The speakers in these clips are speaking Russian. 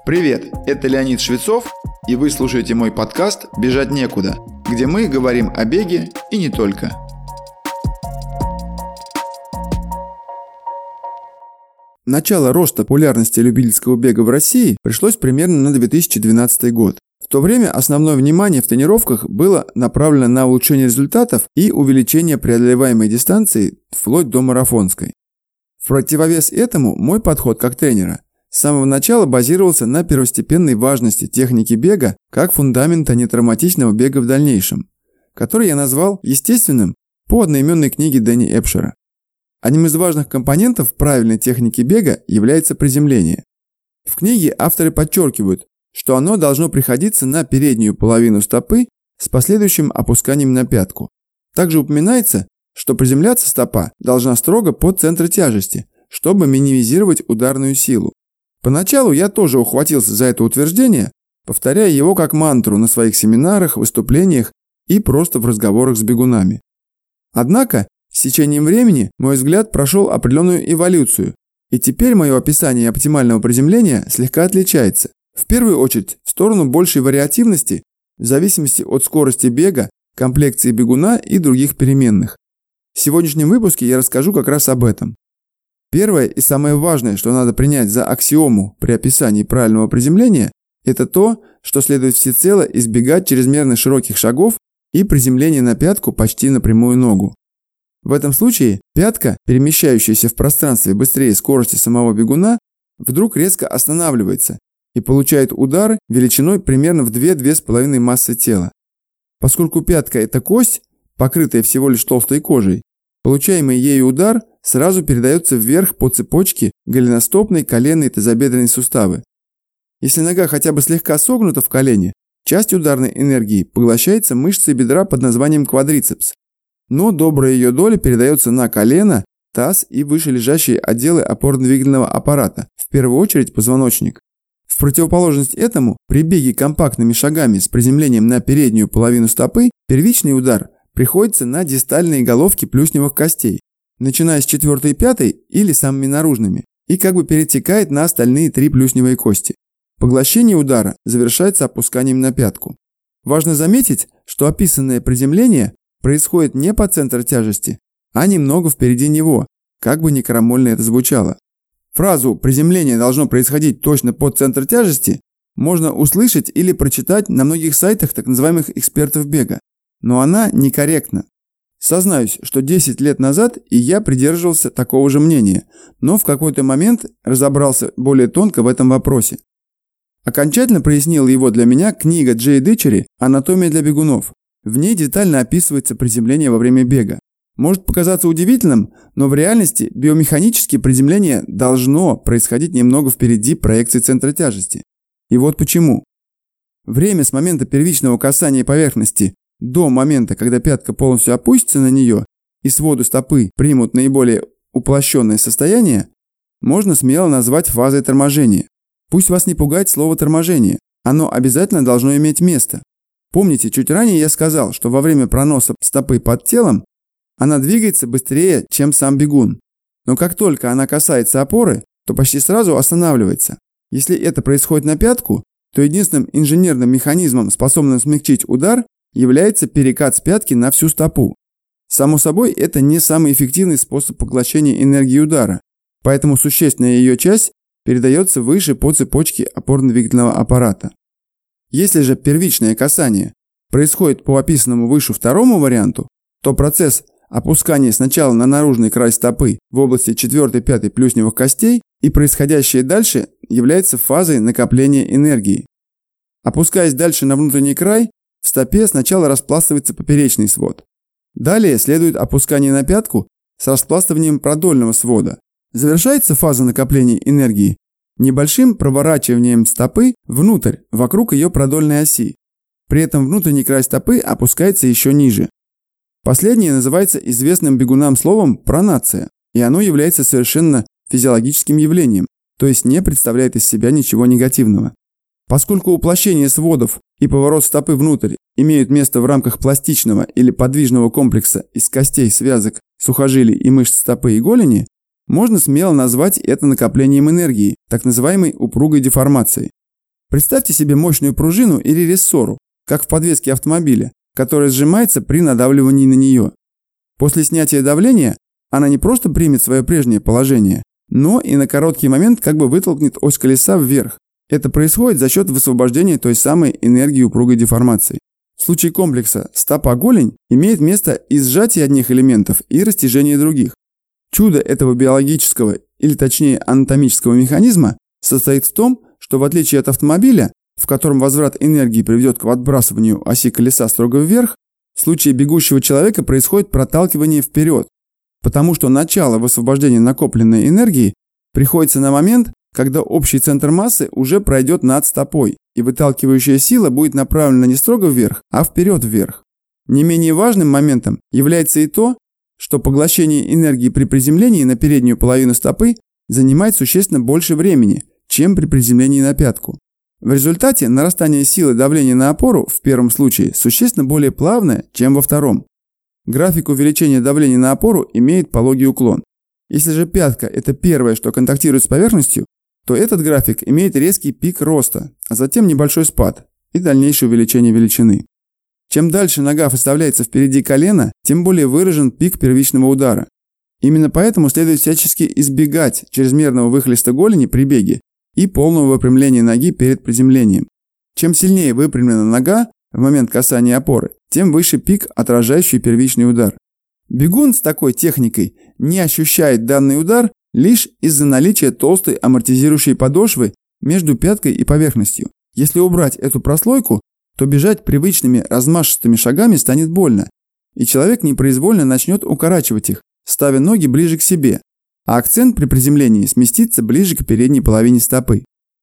Привет, это Леонид Швецов, и вы слушаете мой подкаст «Бежать некуда», где мы говорим о беге и не только. Начало роста популярности любительского бега в России пришлось примерно на 2012 год. В то время основное внимание в тренировках было направлено на улучшение результатов и увеличение преодолеваемой дистанции вплоть до марафонской. В противовес этому мой подход как тренера с самого начала базировался на первостепенной важности техники бега как фундамента нетравматичного бега в дальнейшем, который я назвал естественным по одноименной книге Дэнни Эпшера. Одним из важных компонентов правильной техники бега является приземление. В книге авторы подчеркивают, что оно должно приходиться на переднюю половину стопы с последующим опусканием на пятку. Также упоминается, что приземляться стопа должна строго под центр тяжести, чтобы минимизировать ударную силу. Поначалу я тоже ухватился за это утверждение, повторяя его как мантру на своих семинарах, выступлениях и просто в разговорах с бегунами. Однако, с течением времени мой взгляд прошел определенную эволюцию, и теперь мое описание оптимального приземления слегка отличается. В первую очередь в сторону большей вариативности в зависимости от скорости бега, комплекции бегуна и других переменных. В сегодняшнем выпуске я расскажу как раз об этом. Первое и самое важное, что надо принять за аксиому при описании правильного приземления, это то, что следует всецело избегать чрезмерно широких шагов и приземления на пятку почти на прямую ногу. В этом случае пятка, перемещающаяся в пространстве быстрее скорости самого бегуна, вдруг резко останавливается и получает удар величиной примерно в 2–2,5 массы тела. Поскольку пятка – это кость, покрытая всего лишь толстой кожей, получаемый ею удар сразу передается вверх по цепочке голеностопной, коленной и тазобедренной суставы. Если нога хотя бы слегка согнута в колене, часть ударной энергии поглощается мышцей бедра под названием квадрицепс, но добрая ее доля передается на колено, таз и вышележащие отделы опорно-двигательного аппарата, в первую очередь позвоночник. В противоположность этому, при беге компактными шагами с приземлением на переднюю половину стопы, первичный удар приходится на дистальные головки плюсневых костей, начиная с 4 и 5 или самыми наружными, и как бы перетекает на остальные 3 плюсневые кости. Поглощение удара завершается опусканием на пятку. Важно заметить, что описанное приземление происходит не по центру тяжести, а немного впереди него, как бы ни крамольно это звучало. Фразу «приземление должно происходить точно под центр тяжести» можно услышать или прочитать на многих сайтах так называемых экспертов бега, но она некорректна. Сознаюсь, что 10 лет назад и я придерживался такого же мнения, но в какой-то момент разобрался более тонко в этом вопросе. Окончательно прояснила его для меня книга Джей Дичери «Анатомия для бегунов». В ней детально описывается приземление во время бега. Может показаться удивительным, но в реальности биомеханически приземление должно происходить немного впереди проекции центра тяжести. И вот почему. Время с момента первичного касания поверхности до момента, когда пятка полностью опустится на нее и своды стопы примут наиболее уплощенное состояние, можно смело назвать фазой торможения. Пусть вас не пугает слово «торможение», оно обязательно должно иметь место. Помните, чуть ранее я сказал, что во время проноса стопы под телом она двигается быстрее, чем сам бегун. Но как только она касается опоры, то почти сразу останавливается. Если это происходит на пятку, то единственным инженерным механизмом, способным смягчить удар, является перекат с пятки на всю стопу. Само собой, это не самый эффективный способ поглощения энергии удара, поэтому существенная ее часть передается выше по цепочке опорно-двигательного аппарата. Если же первичное касание происходит по описанному выше второму варианту, то процесс опускания сначала на наружный край стопы в области 4–5 плюсневых костей и происходящее дальше является фазой накопления энергии. Опускаясь дальше на внутренний край, в стопе сначала распластывается поперечный свод. Далее следует опускание на пятку с распластыванием продольного свода. Завершается фаза накопления энергии небольшим проворачиванием стопы внутрь, вокруг ее продольной оси. При этом внутренний край стопы опускается еще ниже. Последнее называется известным бегунам словом пронация, и оно является совершенно физиологическим явлением, то есть не представляет из себя ничего негативного. Поскольку уплощение сводов и поворот стопы внутрь имеют место в рамках пластичного или подвижного комплекса из костей, связок, сухожилий и мышц стопы и голени, можно смело назвать это накоплением энергии, так называемой упругой деформацией. Представьте себе мощную пружину или рессору, как в подвеске автомобиля, которая сжимается при надавливании на нее. После снятия давления она не просто примет свое прежнее положение, но и на короткий момент как бы вытолкнет ось колеса вверх. Это происходит за счет высвобождения той самой энергии упругой деформации. В случае комплекса стопа-голень имеет место и сжатие одних элементов, и растяжение других. Чудо этого биологического, или точнее анатомического механизма состоит в том, что в отличие от автомобиля, в котором возврат энергии приведет к отбрасыванию оси колеса строго вверх, в случае бегущего человека происходит проталкивание вперед, потому что начало высвобождения накопленной энергии приходится на момент, когда общий центр массы уже пройдет над стопой, и выталкивающая сила будет направлена не строго вверх, а вперед-вверх. Не менее важным моментом является и то, что поглощение энергии при приземлении на переднюю половину стопы занимает существенно больше времени, чем при приземлении на пятку. В результате нарастание силы давления на опору в первом случае существенно более плавное, чем во втором. График увеличения давления на опору имеет пологий уклон. Если же пятка – это первое, что контактирует с поверхностью, то этот график имеет резкий пик роста, а затем небольшой спад и дальнейшее увеличение величины. Чем дальше нога выставляется впереди колена, тем более выражен пик первичного удара. Именно поэтому следует всячески избегать чрезмерного выхлеста голени при беге и полного выпрямления ноги перед приземлением. Чем сильнее выпрямлена нога в момент касания опоры, тем выше пик, отражающий первичный удар. Бегун с такой техникой не ощущает данный удар лишь из-за наличия толстой амортизирующей подошвы между пяткой и поверхностью. Если убрать эту прослойку, то бежать привычными размашистыми шагами станет больно, и человек непроизвольно начнет укорачивать их, ставя ноги ближе к себе, а акцент при приземлении сместится ближе к передней половине стопы.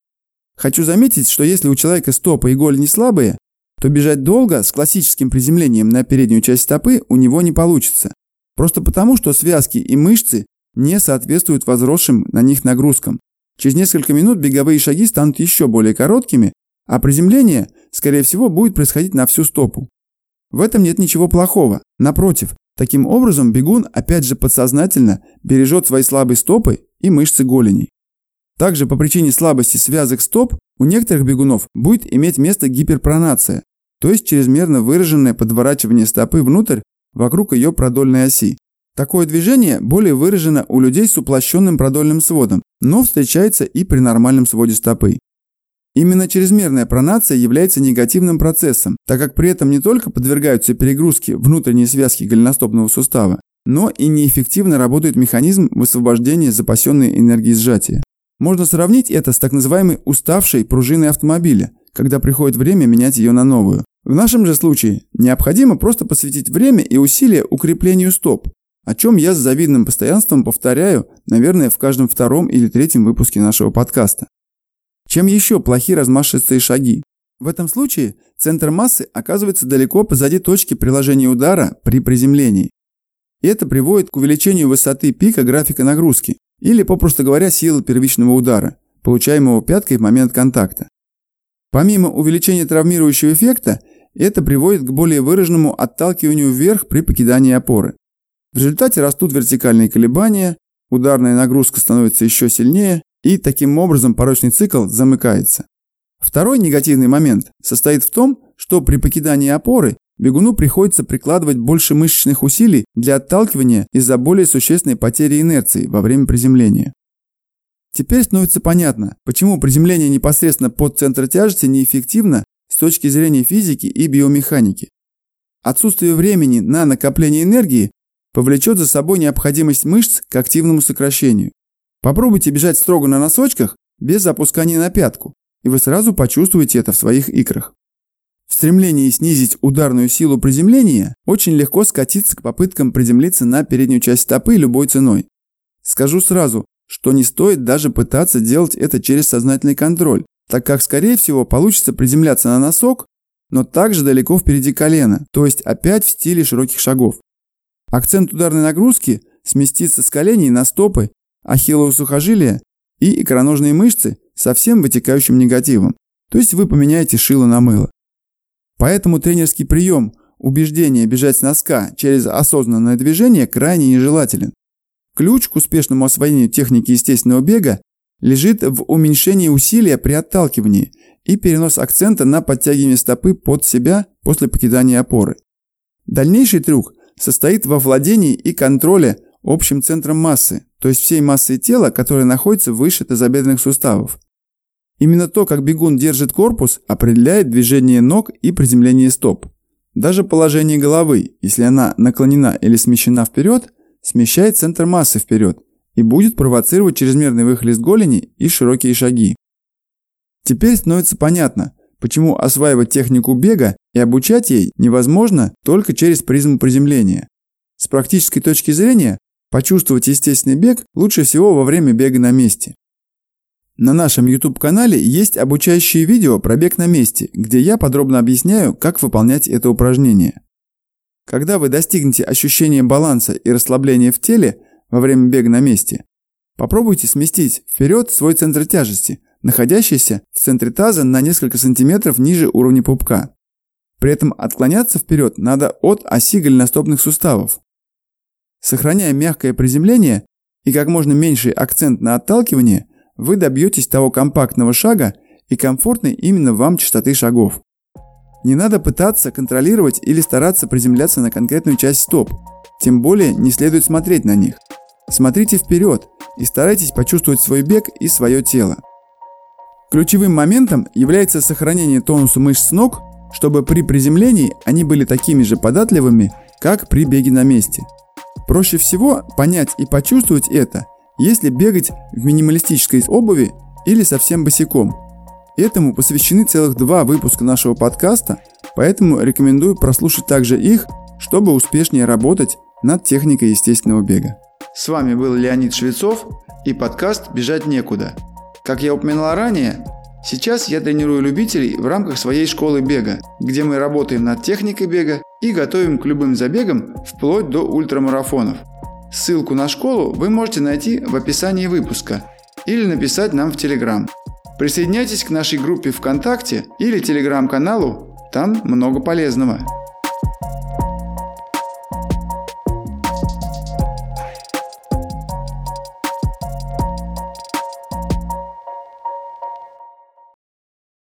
Хочу заметить, что если у человека стопы и голени слабые, то бежать долго с классическим приземлением на переднюю часть стопы у него не получится. Просто потому, что связки и мышцы не соответствуют возросшим на них нагрузкам. Через несколько минут беговые шаги станут еще более короткими, а приземление, скорее всего, будет происходить на всю стопу. В этом нет ничего плохого. Напротив, таким образом бегун опять же подсознательно бережет свои слабые стопы и мышцы голеней. Также по причине слабости связок стоп у некоторых бегунов будет иметь место гиперпронация, то есть чрезмерно выраженное подворачивание стопы внутрь вокруг ее продольной оси. Такое движение более выражено у людей с уплощенным продольным сводом, но встречается и при нормальном своде стопы. Именно чрезмерная пронация является негативным процессом, так как при этом не только подвергаются перегрузке внутренние связки голеностопного сустава, но и неэффективно работает механизм высвобождения запасенной энергии сжатия. Можно сравнить это с так называемой уставшей пружиной автомобиля, когда приходит время менять ее на новую. В нашем же случае необходимо просто посвятить время и усилия укреплению стоп, о чем я с завидным постоянством повторяю, наверное, в каждом втором или третьем выпуске нашего подкаста. Чем еще плохи размашистые шаги? В этом случае центр массы оказывается далеко позади точки приложения удара при приземлении. И это приводит к увеличению высоты пика графика нагрузки, или, попросту говоря, силы первичного удара, получаемого пяткой в момент контакта. Помимо увеличения травмирующего эффекта, это приводит к более выраженному отталкиванию вверх при покидании опоры. В результате растут вертикальные колебания, ударная нагрузка становится еще сильнее, и таким образом порочный цикл замыкается. Второй негативный момент состоит в том, что при покидании опоры бегуну приходится прикладывать больше мышечных усилий для отталкивания из-за более существенной потери инерции во время приземления. Теперь становится понятно, почему приземление непосредственно под центр тяжести неэффективно с точки зрения физики и биомеханики. Отсутствие времени на накопление энергии повлечет за собой необходимость мышц к активному сокращению. Попробуйте бежать строго на носочках без опускания на пятку, и вы сразу почувствуете это в своих икрах. В стремлении снизить ударную силу приземления очень легко скатиться к попыткам приземлиться на переднюю часть стопы любой ценой. Скажу сразу, что не стоит даже пытаться делать это через сознательный контроль, так как, скорее всего, получится приземляться на носок, но также далеко впереди колена, то есть опять в стиле широких шагов. Акцент ударной нагрузки сместится с коленей на стопы, ахиллово сухожилия и икроножные мышцы со всем вытекающим негативом, то есть вы поменяете шило на мыло. Поэтому тренерский прием убеждения бежать с носка через осознанное движение крайне нежелателен. Ключ к успешному освоению техники естественного бега лежит в уменьшении усилия при отталкивании и перенос акцента на подтягивание стопы под себя после покидания опоры. Дальнейший трюк состоит во владении и контроле общим центром массы, то есть всей массой тела, которая находится выше тазобедренных суставов. Именно то, как бегун держит корпус, определяет движение ног и приземление стоп. Даже положение головы, если она наклонена или смещена вперед, смещает центр массы вперед и будет провоцировать чрезмерный выхлест голени и широкие шаги. Теперь становится понятно, почему осваивать технику бега и обучать ей невозможно только через призму приземления. С практической точки зрения, почувствовать естественный бег лучше всего во время бега на месте. На нашем YouTube-канале есть обучающие видео про бег на месте, где я подробно объясняю, как выполнять это упражнение. Когда вы достигнете ощущения баланса и расслабления в теле во время бега на месте, попробуйте сместить вперед свой центр тяжести, находящийся в центре таза на несколько сантиметров ниже уровня пупка. При этом отклоняться вперед надо от оси голеностопных суставов. Сохраняя мягкое приземление и как можно меньший акцент на отталкивание, вы добьетесь того компактного шага и комфортной именно вам частоты шагов. Не надо пытаться контролировать или стараться приземляться на конкретную часть стоп, тем более не следует смотреть на них. Смотрите вперед и старайтесь почувствовать свой бег и свое тело. Ключевым моментом является сохранение тонуса мышц ног, чтобы при приземлении они были такими же податливыми, как при беге на месте. Проще всего понять и почувствовать это, если бегать в минималистической обуви или совсем босиком. Этому посвящены целых 2 выпуска нашего подкаста, поэтому рекомендую прослушать также их, чтобы успешнее работать над техникой естественного бега. С вами был Леонид Швецов и подкаст «Бежать некуда». Как я упоминал ранее, сейчас я тренирую любителей в рамках своей школы бега, где мы работаем над техникой бега и готовим к любым забегам вплоть до ультрамарафонов. Ссылку на школу вы можете найти в описании выпуска или написать нам в Telegram. Присоединяйтесь к нашей группе ВКонтакте или Telegram-каналу, там много полезного.